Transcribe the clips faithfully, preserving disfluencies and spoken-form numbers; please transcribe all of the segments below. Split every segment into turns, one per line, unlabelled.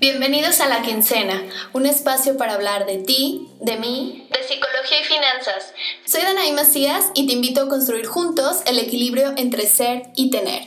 Bienvenidos a La Quincena, un espacio para hablar de ti, de mí, de psicología y finanzas. Soy Danaí Macías y te invito a construir juntos el equilibrio entre ser y tener.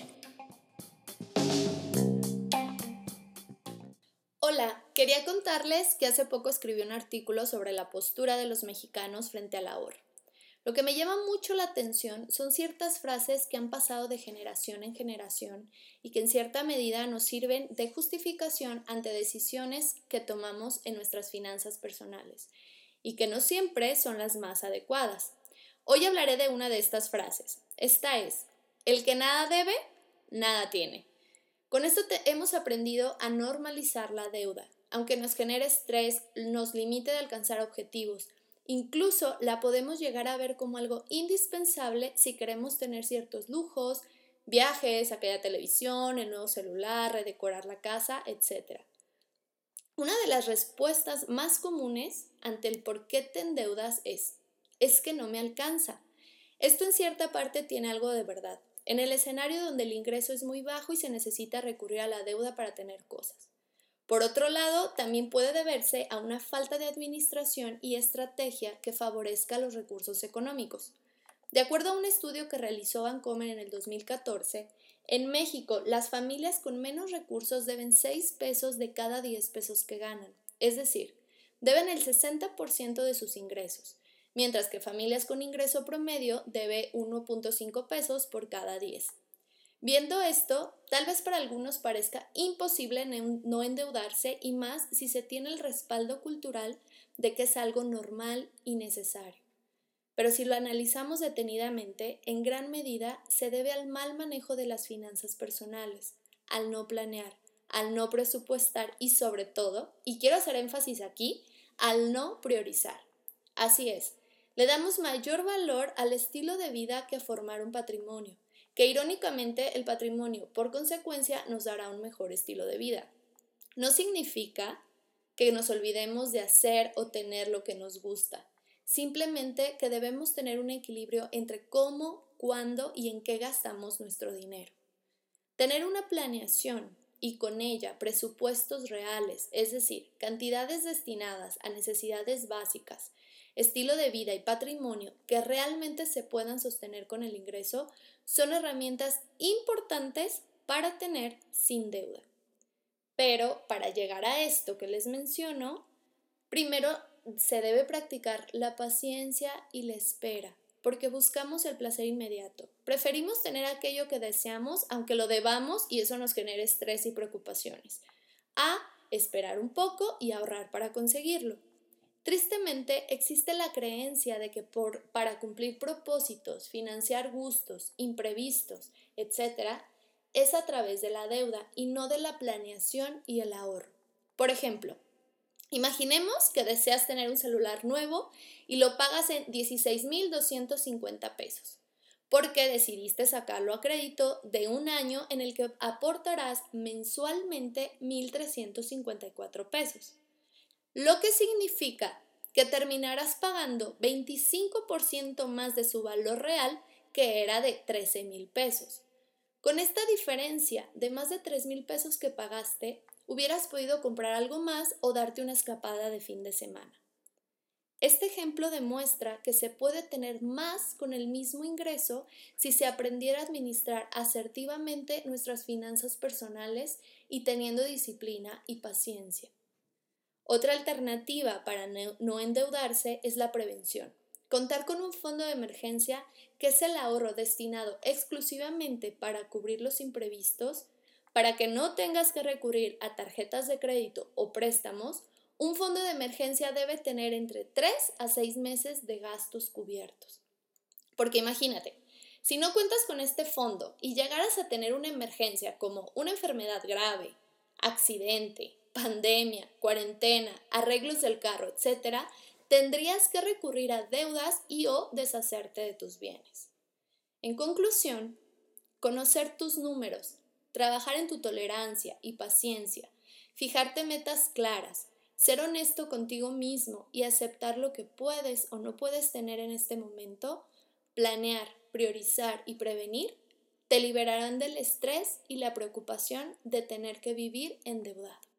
Hola, quería contarles que hace poco escribí un artículo sobre la postura de los mexicanos frente al ahorro. Lo que me llama mucho la atención son ciertas frases que han pasado de generación en generación y que en cierta medida nos sirven de justificación ante decisiones que tomamos en nuestras finanzas personales y que no siempre son las más adecuadas. Hoy hablaré de una de estas frases. Esta es: el que nada debe, nada tiene. Con esto te, hemos aprendido a normalizar la deuda, aunque nos genere estrés, nos limite de alcanzar objetivos. Incluso la podemos llegar a ver como algo indispensable si queremos tener ciertos lujos, viajes, aquella televisión, el nuevo celular, redecorar la casa, etcétera. Una de las respuestas más comunes ante el por qué te endeudas es: es que no me alcanza. Esto en cierta parte tiene algo de verdad, en el escenario donde el ingreso es muy bajo y se necesita recurrir a la deuda para tener cosas. Por otro lado, también puede deberse a una falta de administración y estrategia que favorezca los recursos económicos. De acuerdo a un estudio que realizó Bancomer en el dos mil catorce, en México las familias con menos recursos deben seis pesos de cada diez pesos que ganan, es decir, deben el sesenta por ciento de sus ingresos, mientras que familias con ingreso promedio deben uno punto cinco pesos por cada diez. Viendo esto, tal vez para algunos parezca imposible no endeudarse, y más si se tiene el respaldo cultural de que es algo normal y necesario. Pero si lo analizamos detenidamente, en gran medida se debe al mal manejo de las finanzas personales, al no planear, al no presupuestar y sobre todo, y quiero hacer énfasis aquí, al no priorizar. Así es, le damos mayor valor al estilo de vida que a formar un patrimonio, que irónicamente el patrimonio, por consecuencia, nos dará un mejor estilo de vida. No significa que nos olvidemos de hacer o tener lo que nos gusta, simplemente que debemos tener un equilibrio entre cómo, cuándo y en qué gastamos nuestro dinero. Tener una planeación y con ella presupuestos reales, es decir, cantidades destinadas a necesidades básicas, estilo de vida y patrimonio que realmente se puedan sostener con el ingreso, son herramientas importantes para tener sin deuda. Pero para llegar a esto que les menciono, primero se debe practicar la paciencia y la espera, porque buscamos el placer inmediato. Preferimos tener aquello que deseamos, aunque lo debamos y eso nos genere estrés y preocupaciones, a esperar un poco y ahorrar para conseguirlo. Tristemente, existe la creencia de que por, para cumplir propósitos, financiar gustos, imprevistos, etcétera, es a través de la deuda y no de la planeación y el ahorro. Por ejemplo, imaginemos que deseas tener un celular nuevo y lo pagas en dieciséis mil doscientos cincuenta pesos, porque decidiste sacarlo a crédito de un año en el que aportarás mensualmente mil trescientos cincuenta y cuatro pesos. Lo que significa que terminarás pagando veinticinco por ciento más de su valor real, que era de trece mil pesos. Con esta diferencia de más de tres mil pesos que pagaste, hubieras podido comprar algo más o darte una escapada de fin de semana. Este ejemplo demuestra que se puede tener más con el mismo ingreso si se aprendiera a administrar asertivamente nuestras finanzas personales y teniendo disciplina y paciencia. Otra alternativa para no endeudarse es la prevención. Contar con un fondo de emergencia, que es el ahorro destinado exclusivamente para cubrir los imprevistos, para que no tengas que recurrir a tarjetas de crédito o préstamos. Un fondo de emergencia debe tener entre tres a seis meses de gastos cubiertos. Porque imagínate, si no cuentas con este fondo y llegaras a tener una emergencia como una enfermedad grave, accidente, pandemia, cuarentena, arreglos del carro, etcétera, tendrías que recurrir a deudas y o deshacerte de tus bienes. En conclusión, conocer tus números, trabajar en tu tolerancia y paciencia, fijarte metas claras, ser honesto contigo mismo y aceptar lo que puedes o no puedes tener en este momento, planear, priorizar y prevenir, te liberarán del estrés y la preocupación de tener que vivir endeudado.